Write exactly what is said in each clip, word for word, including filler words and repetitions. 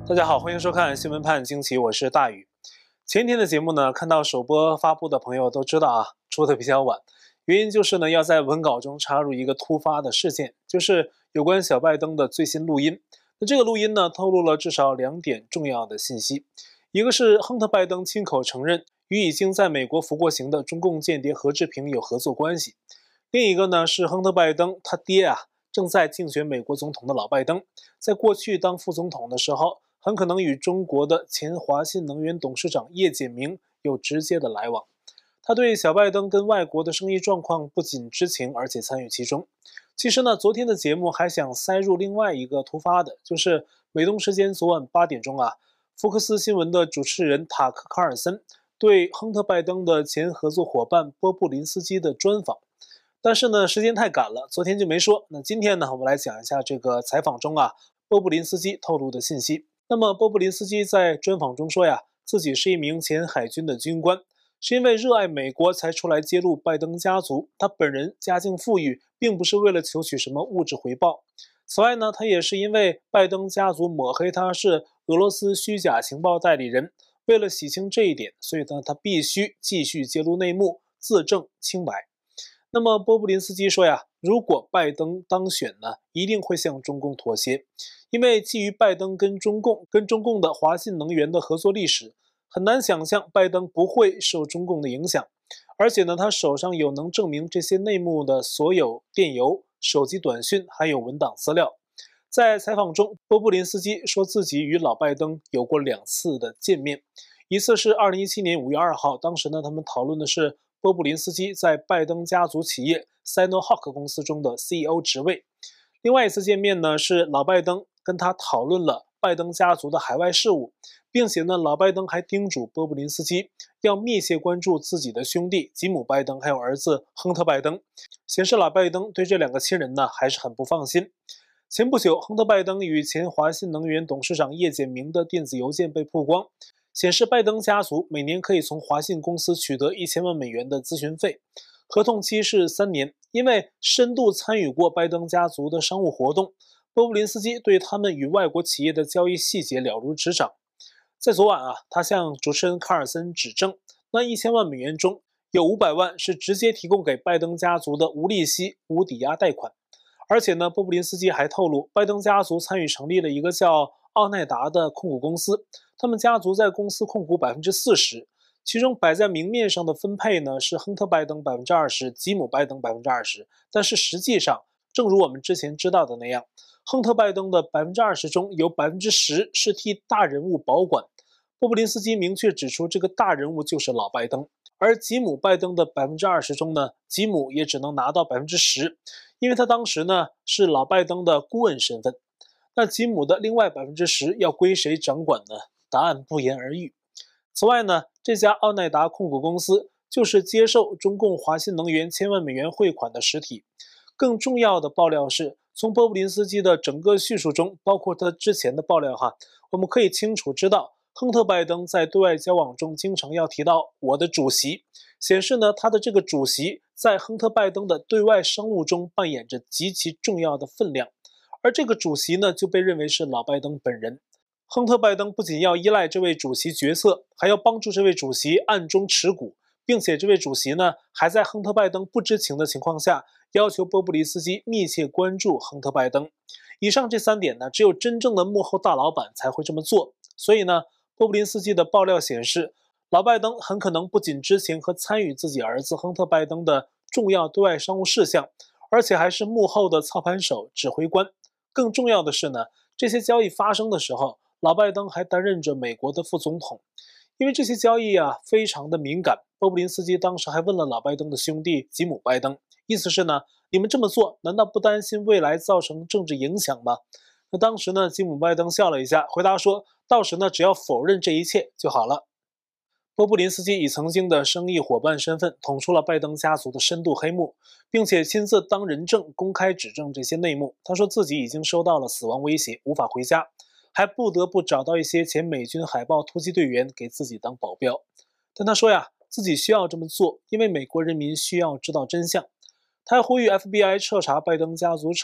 大家好，欢迎收看新闻判惊奇，我是大宇。前天的节目呢，看到首播发布的朋友都知道啊，出的比较晚，原因就是呢，要在文稿中插入一个突发的事件，就是有关小拜登的最新录音。那这个录音呢，透露了至少两点重要的信息，一个是亨特·拜登亲口承认与已经在美国服过刑的中共间谍何志平有合作关系，另一个呢是亨特·拜登他爹啊，正在竞选美国总统的老拜登，在过去当副总统的时候，很可能与中国的前华信能源董事长叶简明有直接的来往。他对小拜登跟外国的生意状况不仅知情，而且参与其中。其实呢，昨天的节目还想塞入另外一个突发的，就是美东时间昨晚八点钟啊，福克斯新闻的主持人塔克·卡尔森对亨特·拜登的前合作伙伴波布林斯基的专访。但是呢，时间太赶了，昨天就没说。那今天呢，我们来讲一下这个采访中啊，波布林斯基透露的信息。那么波布林斯基在专访中说呀，自己是一名前海军的军官，是因为热爱美国才出来揭露拜登家族。他本人家境富裕，并不是为了求取什么物质回报。此外呢，他也是因为拜登家族抹黑他是俄罗斯虚假情报代理人，为了洗清这一点，所以呢，他必须继续揭露内幕，自证清白。那么波布林斯基说呀，如果拜登当选呢，一定会向中共妥协，因为基于拜登跟中共跟中共的华信能源的合作历史，很难想象拜登不会受中共的影响。而且呢，他手上有能证明这些内幕的所有电邮、手机短讯还有文档资料。在采访中，波布林斯基说自己与老拜登有过两次的见面，一次是二零一七年五月二号，当时呢，他们讨论的是波布林斯基在拜登家族企业 Sinohawk 公司中的 C E O 职位。另外一次见面呢，是老拜登跟他讨论了拜登家族的海外事务，并且呢，老拜登还叮嘱波布林斯基要密切关注自己的兄弟吉姆拜登还有儿子亨特拜登，显示老拜登对这两个亲人呢还是很不放心。前不久，亨特拜登与前华信能源董事长叶简明的电子邮件被曝光，显示拜登家族每年可以从华信公司取得一千万美元的咨询费，合同期是三年。因为深度参与过拜登家族的商务活动，波布林斯基对他们与外国企业的交易细节了如指掌。在昨晚啊，他向主持人卡尔森指证，那一千万美元中有五百万是直接提供给拜登家族的无利息、无抵押贷款。而且呢，波布林斯基还透露，拜登家族参与成立了一个叫奥奈达的控股公司，他们家族在公司控股 百分之四十， 其中摆在明面上的分配呢是亨特拜登 百分之二十， 吉姆拜登 百分之二十， 但是实际上正如我们之前知道的那样，亨特拜登的 百分之二十 中有 百分之十 是替大人物保管。波布林斯基明确指出，这个大人物就是老拜登。而吉姆拜登的 百分之二十 中呢，吉姆也只能拿到 百分之十， 因为他当时呢是老拜登的顾问身份。那吉姆的另外 百分之十 要归谁掌管呢？答案不言而喻。此外呢，这家奥奈达控股公司就是接受中共华信能源千万美元汇款的实体。更重要的爆料是，从波布林斯基的整个叙述中，包括他之前的爆料哈，我们可以清楚知道，亨特拜登在对外交往中经常要提到我的主席，显示呢他的这个主席在亨特拜登的对外商务中扮演着极其重要的分量。而这个主席呢，就被认为是老拜登本人。亨特拜登不仅要依赖这位主席决策，还要帮助这位主席暗中持股，并且这位主席呢，还在亨特拜登不知情的情况下，要求波布林斯基密切关注亨特拜登。以上这三点呢，只有真正的幕后大老板才会这么做。所以呢，波布林斯基的爆料显示，老拜登很可能不仅知情和参与自己儿子亨特拜登的重要对外商务事项，而且还是幕后的操盘手、指挥官。更重要的是呢，这些交易发生的时候，老拜登还担任着美国的副总统。因为这些交易啊非常的敏感，波布林斯基当时还问了老拜登的兄弟吉姆拜登，意思是呢，你们这么做难道不担心未来造成政治影响吗？那当时呢，吉姆拜登笑了一下，回答说，到时呢只要否认这一切就好了。波布林斯基以曾经的生意伙伴身份捅出了拜登家族的深度黑幕，并且亲自当人证公开指证这些内幕。他说自己已经收到了死亡威胁，无法回家，还不得不找到一些前美军海豹突击队员给自己当保镖。但他说呀，自己需要这么做，因为美国人民需要知道真相。他还呼吁 F B I 彻查拜登家族丑闻，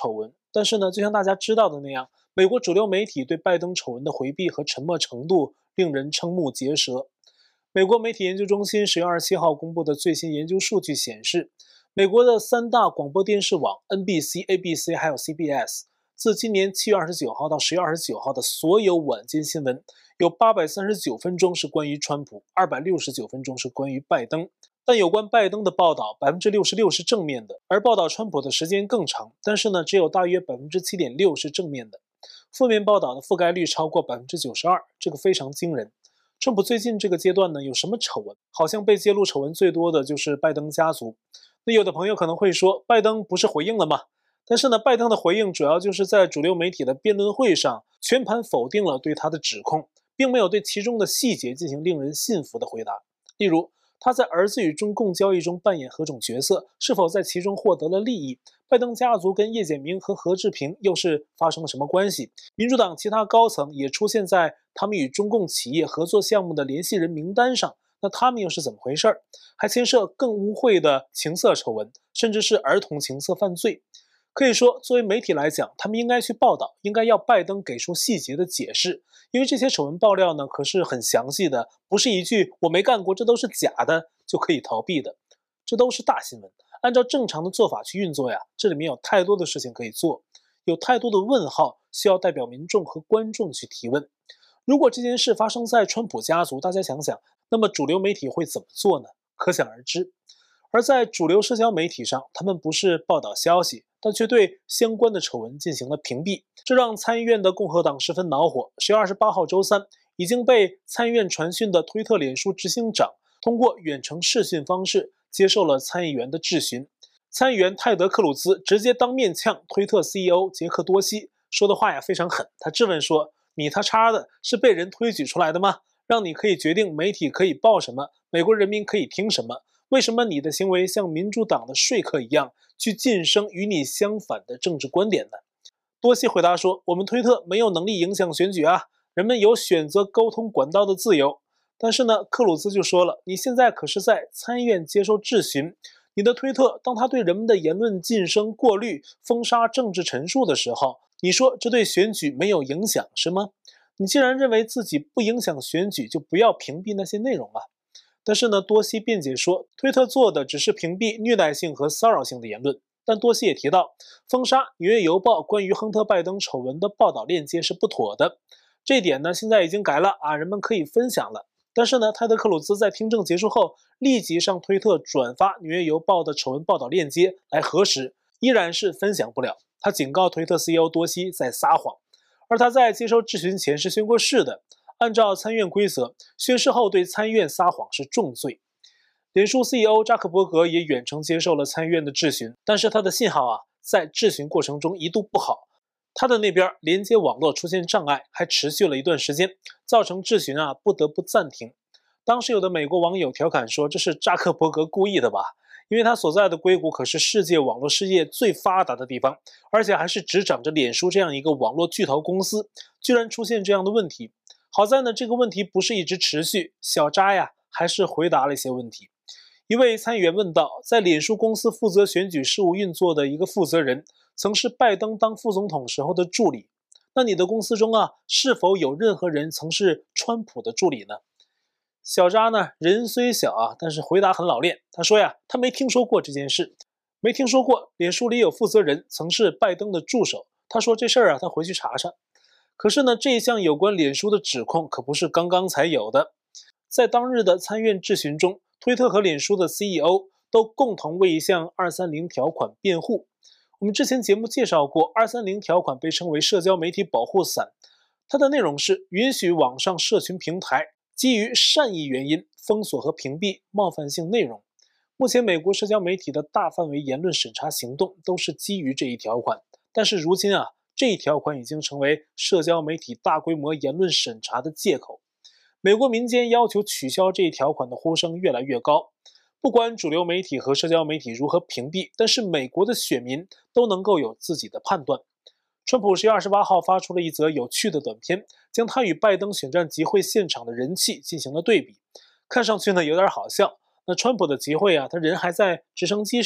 但是呢，就像大家知道的那样，美国主流媒体对拜登丑闻的回避和沉默程度令人瞠目结舌。美国媒体研究中心十月二十七号公布的最新研究数据显示，美国的三大广播电视网 N B C、A B C 还有 C B S， 自今年七月二十九号到十月二十九号的所有晚间新闻，有八百三十九分钟是关于川普，二百六十九分钟是关于拜登。但有关拜登的报道 百分之六十六 是正面的，而报道川普的时间更长，但是呢，只有大约 百分之七点六 是正面的。负面报道的覆盖率超过 百分之九十二， 这个非常惊人。川普最近这个阶段呢，有什么丑闻？好像被揭露丑闻最多的就是拜登家族。那有的朋友可能会说，拜登不是回应了吗？但是呢，拜登的回应主要就是在主流媒体的辩论会上全盘否定了对他的指控，并没有对其中的细节进行令人信服的回答。例如，他在儿子与中共交易中扮演何种角色，是否在其中获得了利益，拜登家族跟叶简明和何志平又是发生了什么关系，民主党其他高层也出现在他们与中共企业合作项目的联系人名单上，那他们又是怎么回事？还牵涉更污秽的情色丑闻，甚至是儿童情色犯罪。可以说，作为媒体来讲，他们应该去报道，应该要拜登给出细节的解释，因为这些丑闻爆料呢，可是很详细的，不是一句我没干过，这都是假的就可以逃避的，这都是大新闻。按照正常的做法去运作呀，这里面有太多的事情可以做，有太多的问号需要代表民众和观众去提问。如果这件事发生在川普家族，大家想想，那么主流媒体会怎么做呢？可想而知。而在主流社交媒体上，他们不是报道消息，但却对相关的丑闻进行了屏蔽，这让参议院的共和党十分恼火。十月二十八号周三，已经被参议院传讯的推特脸书执行长通过远程视讯方式接受了参议员的质询。参议员泰德·克鲁兹直接当面呛推特 C E O 杰克多西，说的话呀非常狠。他质问说：“你他叉的是被人推举出来的吗？让你可以决定媒体可以报什么，美国人民可以听什么？为什么你的行为像民主党的说客一样，去晋升与你相反的政治观点呢？”多西回答说：“我们推特没有能力影响选举啊，人们有选择沟通管道的自由。”但是呢，克鲁兹就说了：“你现在可是在参议院接受质询，你的推特当他对人们的言论晋升、过滤、封杀政治陈述的时候，你说这对选举没有影响是吗？你既然认为自己不影响选举，就不要屏蔽那些内容啊。”但是呢，多西辩解说，推特做的只是屏蔽虐待性和骚扰性的言论。但多西也提到，封杀《纽约邮报》关于亨特·拜登丑闻的报道链接是不妥的。这一点呢，现在已经改了啊，人们可以分享了。但是呢，泰德·克鲁兹在听证结束后，立即上推特转发《纽约邮报》的丑闻报道链接来核实，依然是分享不了。他警告推特 C E O 多西在撒谎，而他在接受质询前是宣过誓的。按照参院规则，宣誓后对参议院撒谎是重罪。脸书 C E O 扎克伯格也远程接受了参议院的质询，但是他的信号啊，在质询过程中一度不好，他的那边连接网络出现障碍，还持续了一段时间，造成质询啊不得不暂停。当时有的美国网友调侃说，这是扎克伯格故意的吧？因为他所在的硅谷可是世界网络事业最发达的地方，而且还是执掌着脸书这样一个网络巨头公司，居然出现这样的问题。好在呢，这个问题不是一直持续，小扎呀还是回答了一些问题。一位参议员问道，在脸书公司负责选举事务运作的一个负责人，曾是拜登当副总统时候的助理，那你的公司中啊，是否有任何人曾是川普的助理呢？小扎呢，人虽小啊，但是回答很老练。他说呀，他没听说过这件事，没听说过脸书里有负责人曾是拜登的助手。他说这事儿啊，他回去查查。可是呢，这一项有关脸书的指控可不是刚刚才有的。在当日的参院质询中，推特和脸书的 C E O 都共同为一项二三零条款辩护。我们之前节目介绍过，二三零条款被称为社交媒体保护伞，它的内容是允许网上社群平台基于善意原因封锁和屏蔽冒犯性内容。目前美国社交媒体的大范围言论审查行动都是基于这一条款，但是如今啊，这一条款已经成为社交媒体大规模言论审查的借口。美国民间要求取消这一条款的呼声越来越高。不管主流媒体和社交媒体如何屏蔽，但是美国的选民都能够有自己的判断。川普十月二十八号发出了一则有趣的短片，将他与拜登选战集会现场的人气进行了对比。看上去呢有点好笑。那川普的集会啊，他人还在直升机上，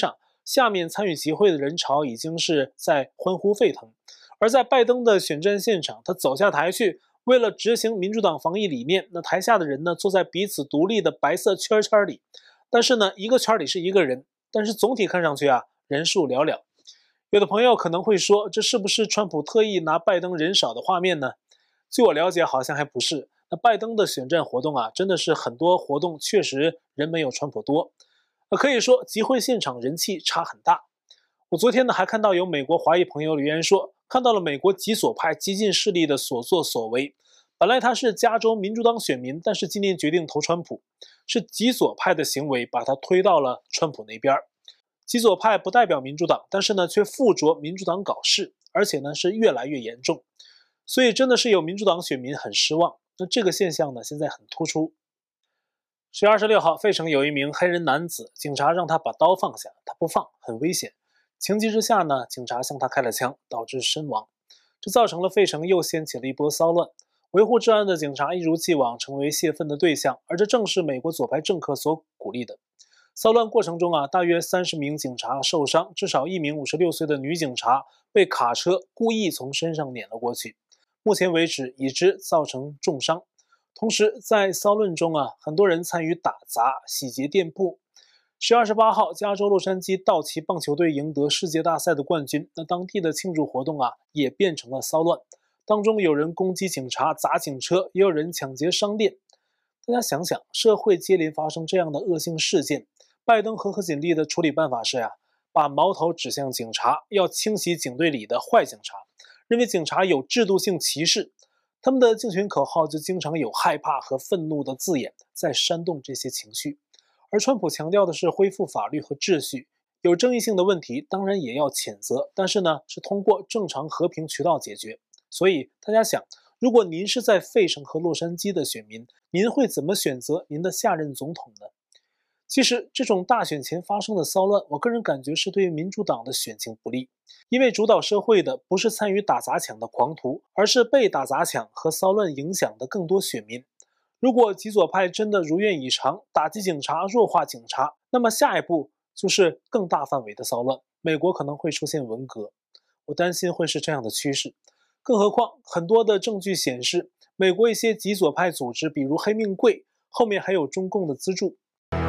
下面参与集会的人潮已经是在欢呼沸腾。而在拜登的选战现场，他走下台去，为了执行民主党防疫理念，那台下的人呢，坐在彼此独立的白色圈圈里，但是呢，一个圈里是一个人，但是总体看上去啊，人数寥寥。有的朋友可能会说，这是不是川普特意拿拜登人少的画面呢？据我了解，好像还不是。那拜登的选战活动啊，真的是很多活动确实人没有川普多。那可以说集会现场人气差很大。我昨天呢还看到有美国华裔朋友留言说，看到了美国极左派激进势力的所作所为。本来他是加州民主党选民，但是今年决定投川普，是极左派的行为把他推到了川普那边。极左派不代表民主党，但是呢却附着民主党搞事，而且呢是越来越严重。所以真的是有民主党选民很失望。那这个现象呢现在很突出。十月二十六号，费城有一名黑人男子，警察让他把刀放下，他不放，很危险。情急之下呢，警察向他开了枪，导致身亡。这造成了费城又掀起了一波骚乱。维护治安的警察一如既往成为泄愤的对象，而这正是美国左派政客所鼓励的。骚乱过程中啊，大约三十名警察受伤，至少一名五十六岁的女警察被卡车故意从身上碾了过去。目前为止已知造成重伤。同时在骚乱中啊，很多人参与打砸、洗劫店铺。十月二十八号，加州洛杉矶道奇棒球队赢得世界大赛的冠军，那当地的庆祝活动啊，也变成了骚乱。当中有人攻击警察、砸警车，也有人抢劫商店。大家想想，社会接连发生这样的恶性事件，拜登和贺锦丽的处理办法是呀、啊，把矛头指向警察，要清洗警队里的坏警察，认为警察有制度性歧视。他们的竞选口号就经常有害怕和愤怒的字眼，在煽动这些情绪。而川普强调的是恢复法律和秩序，有争议性的问题当然也要谴责，但是呢，是通过正常和平渠道解决。所以大家想，如果您是在费城和洛杉矶的选民，您会怎么选择您的下任总统呢？其实这种大选前发生的骚乱，我个人感觉是对民主党的选情不利，因为主导社会的不是参与打砸抢的狂徒，而是被打砸抢和骚乱影响的更多选民。如果极左派真的如愿以偿，打击警察、弱化警察，那么下一步就是更大范围的骚乱，美国可能会出现文革。我担心会是这样的趋势。更何况很多的证据显示，美国一些极左派组织，比如黑命贵，后面还有中共的资助。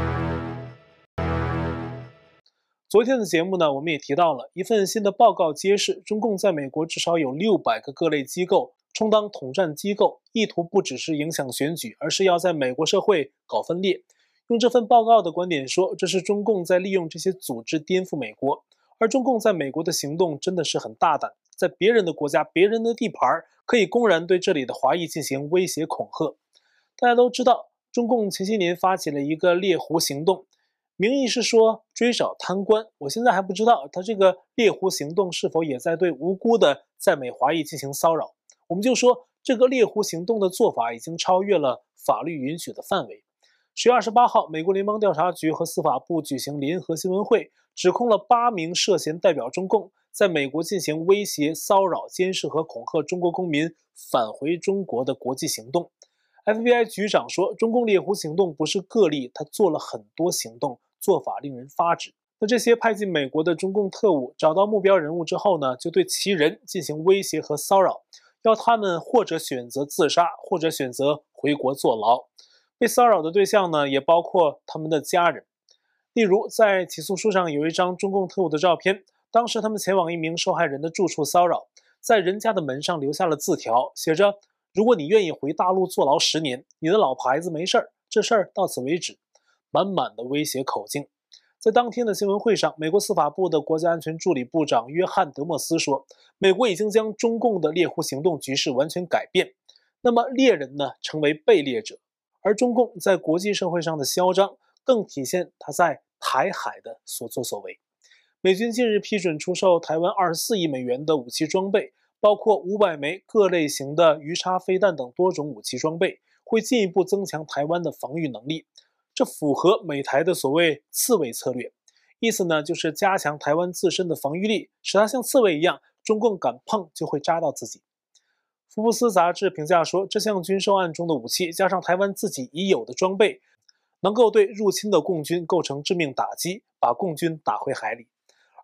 昨天的节目呢，我们也提到了一份新的报告揭示，中共在美国至少有六百个各类机构充当统战机构，意图不只是影响选举，而是要在美国社会搞分裂。用这份报告的观点说，这是中共在利用这些组织颠覆美国。而中共在美国的行动真的是很大胆，在别人的国家、别人的地盘，可以公然对这里的华裔进行威胁恐吓。大家都知道，中共前些年发起了一个猎狐行动，名义是说追找贪官，我现在还不知道他这个猎狐行动是否也在对无辜的在美华裔进行骚扰。我们就说这个猎狐行动的做法已经超越了法律允许的范围。十月二十八号，美国联邦调查局和司法部举行联合新闻会，指控了八名涉嫌代表中共在美国进行威胁、骚扰、监视和恐吓中国公民返回中国的国际行动。F B I 局长说，中共猎狐行动不是个例，他做了很多行动，做法令人发指。那这些派进美国的中共特务找到目标人物之后呢，就对其人进行威胁和骚扰，要他们或者选择自杀，或者选择回国坐牢。被骚扰的对象呢，也包括他们的家人。例如，在起诉书上有一张中共特务的照片，当时他们前往一名受害人的住处骚扰，在人家的门上留下了字条，写着：如果你愿意回大陆坐牢十年，你的老婆孩子没事儿，这事儿到此为止。满满的威胁口径。在当天的新闻会上，美国司法部的国家安全助理部长约翰·德莫斯说，美国已经将中共的猎狐行动局势完全改变，那么猎人呢，成为被猎者。而中共在国际社会上的嚣张，更体现他在台海的所作所为。美军近日批准出售台湾二十四亿美元的武器装备，包括五百枚各类型的鱼叉飞弹等多种武器装备，会进一步增强台湾的防御能力。这符合美台的所谓刺猬策略，意思呢就是加强台湾自身的防御力，使它像刺猬一样，中共敢碰就会扎到自己。福布斯杂志评价说，这项军售案中的武器加上台湾自己已有的装备，能够对入侵的共军构成致命打击，把共军打回海里。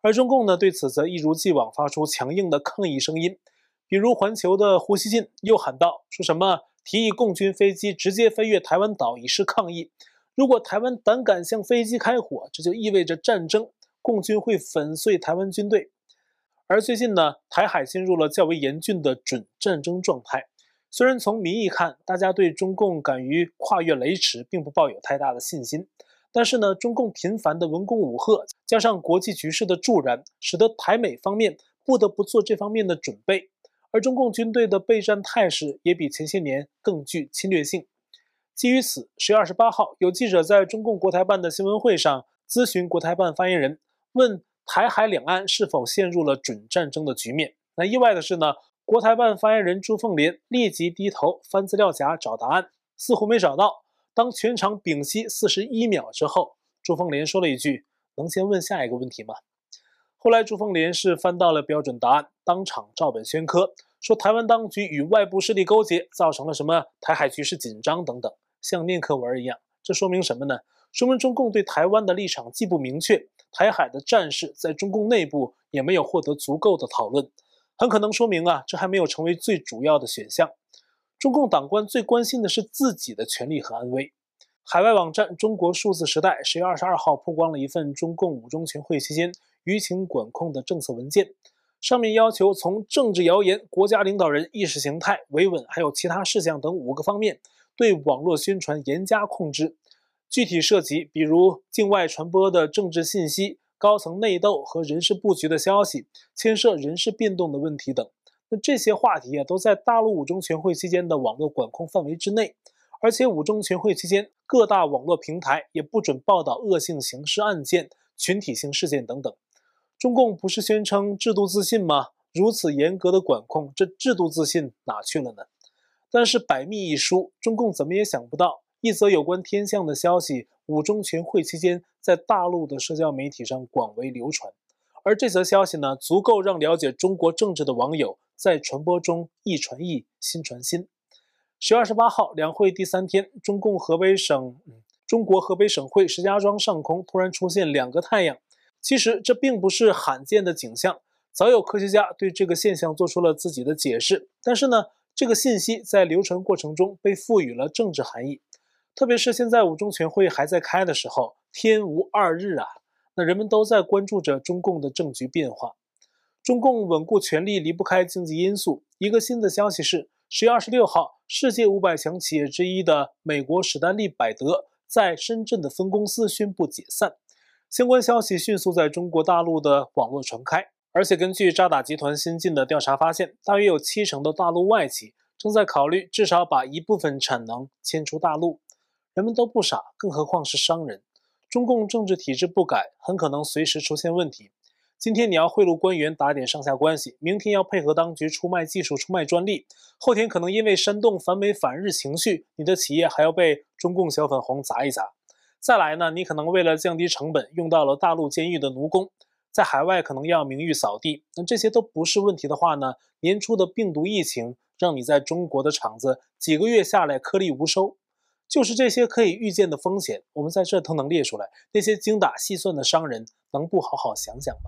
而中共呢对此则一如既往发出强硬的抗议声音，比如环球的胡锡进又喊道，说什么提议共军飞机直接飞越台湾岛以示抗议，如果台湾胆敢向飞机开火，这就意味着战争，共军会粉碎台湾军队。而最近呢，台海进入了较为严峻的准战争状态。虽然从民意看，大家对中共敢于跨越雷池并不抱有太大的信心，但是呢，中共频繁的文攻武吓，加上国际局势的助燃，使得台美方面不得不做这方面的准备。而中共军队的备战态势也比前些年更具侵略性。基于此，十月二十八号，有记者在中共国台办的新闻会上咨询国台办发言人，问台海两岸是否陷入了准战争的局面。那意外的是呢，国台办发言人朱凤莲立即低头翻资料夹找答案，似乎没找到。当全场屏息四十一秒之后，朱凤莲说了一句：“能先问下一个问题吗？”后来朱凤莲是翻到了标准答案，当场照本宣科，说台湾当局与外部势力勾结，造成了什么台海局势紧张等等，像念课文一样。这说明什么呢？说明中共对台湾的立场既不明确，台海的战事在中共内部也没有获得足够的讨论，很可能说明啊，这还没有成为最主要的选项。中共党官最关心的是自己的权利和安危。海外网站中国数字时代十月二十二号曝光了一份中共五中全会期间舆情管控的政策文件，上面要求从政治谣言、国家领导人意识形态、维稳还有其他事项等五个方面对网络宣传严加控制。具体涉及比如境外传播的政治信息、高层内斗和人事布局的消息、牵涉人事变动的问题等。那这些话题啊，都在大陆五中全会期间的网络管控范围之内。而且五中全会期间，各大网络平台也不准报道恶性刑事案件、群体性事件等等。中共不是宣称制度自信吗？如此严格的管控，这制度自信哪去了呢？但是百密一疏，中共怎么也想不到，一则有关天象的消息，五中全会期间在大陆的社交媒体上广为流传。而这则消息呢，足够让了解中国政治的网友在传播中一传一，心传心。十月二十八号，两会第三天，中共河北省、嗯、中国河北省会石家庄上空突然出现两个太阳。其实这并不是罕见的景象，早有科学家对这个现象做出了自己的解释。但是呢，这个信息在流传过程中被赋予了政治含义。特别是现在五中全会还在开的时候，天无二日啊，那人们都在关注着中共的政局变化。中共稳固权力离不开经济因素。一个新的消息是，十月二十六号，世界五百强企业之一的美国史丹利百德在深圳的分公司宣布解散。相关消息迅速在中国大陆的网络传开，而且根据渣打集团新近的调查发现，大约有七成的大陆外企正在考虑至少把一部分产能迁出大陆。人们都不傻，更何况是商人。中共政治体制不改，很可能随时出现问题。今天你要贿赂官员打点上下关系，明天要配合当局出卖技术、出卖专利，后天可能因为煽动反美反日情绪，你的企业还要被中共小粉红砸一砸。再来呢，你可能为了降低成本，用到了大陆监狱的奴工，在海外可能要名誉扫地。那这些都不是问题的话呢，年初的病毒疫情让你在中国的厂子几个月下来颗粒无收。就是这些可以预见的风险，我们在这都能列出来。那些精打细算的商人能不好好想想吗？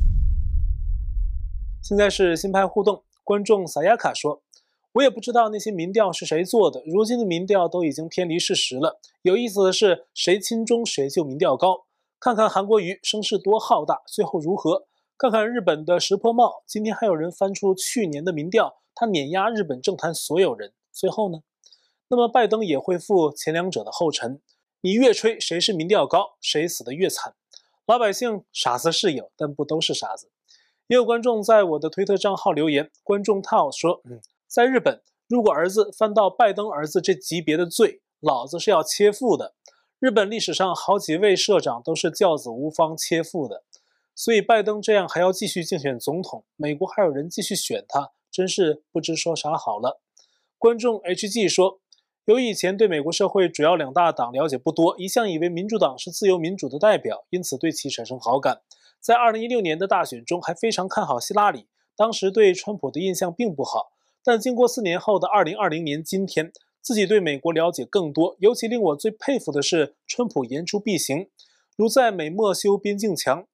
现在是新派互动，观众萨亚卡说，我也不知道那些民调是谁做的，如今的民调都已经偏离事实了。有意思的是，谁亲中谁就民调高。看看韩国瑜声势多浩大，最后如何？看看日本的石破茂，今天还有人翻出去年的民调，他碾压日本政坛所有人，最后呢？那么拜登也会负前两者的后尘。你越吹谁是民调高，谁死得越惨。老百姓傻子是有，但不都是傻子。也有观众在我的推特账号留言，观众套说，嗯，在日本，如果儿子犯到拜登儿子这级别的罪，老子是要切腹的。日本历史上好几位社长都是教子无方切腹的，所以拜登这样还要继续竞选总统，美国还有人继续选他，真是不知说啥好了。观众 H G 说，由于以前对美国社会主要两大党了解不多，一向以为民主党是自由民主的代表，因此对其产生好感。在二零一六年的大选中还非常看好希拉里，当时对川普的印象并不好，但经过四年后的二零二零年今天，自己对美国了解更多。尤其令我最佩服的是川普言出必行，如在美墨修边境墙，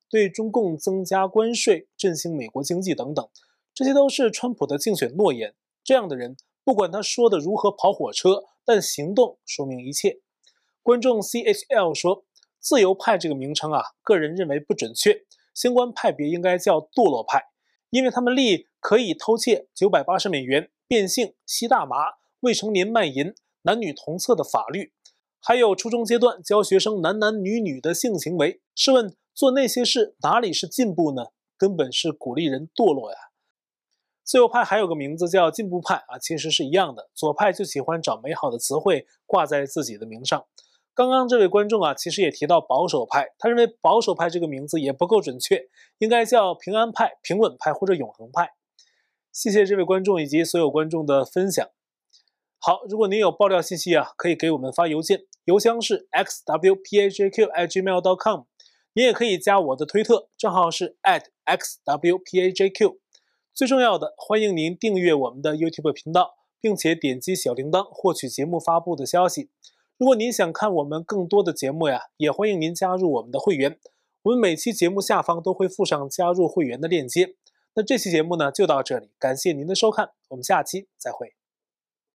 对中共增加关税、振兴美国经济等等，这些都是川普的竞选诺言。这样的人，不管他说的如何跑火车，但行动说明一切。观众 C H L 说，自由派这个名称啊，个人认为不准确，相关派别应该叫堕落派，因为他们立可以偷窃九百八十美元、变性、吸大麻、未成年卖淫、男女同厕的法律，还有初中阶段教学生男男女女的性行为。试问做那些事哪里是进步呢？根本是鼓励人堕落呀。自由派还有个名字叫进步派啊，其实是一样的。左派就喜欢找美好的词汇挂在自己的名上。刚刚这位观众啊，其实也提到保守派，他认为保守派这个名字也不够准确，应该叫平安派、平稳派或者永恒派。谢谢这位观众以及所有观众的分享。好，如果您有爆料信息啊，可以给我们发邮件，邮箱是 x w p a j q at gmail dot com。您也可以加我的推特，账号是 at x w p a j q。最重要的，欢迎您订阅我们的 YouTube 频道，并且点击小铃铛获取节目发布的消息。如果您想看我们更多的节目呀，也欢迎您加入我们的会员。我们每期节目下方都会附上加入会员的链接。那这期节目呢就到这里，感谢您的收看，我们下期再会。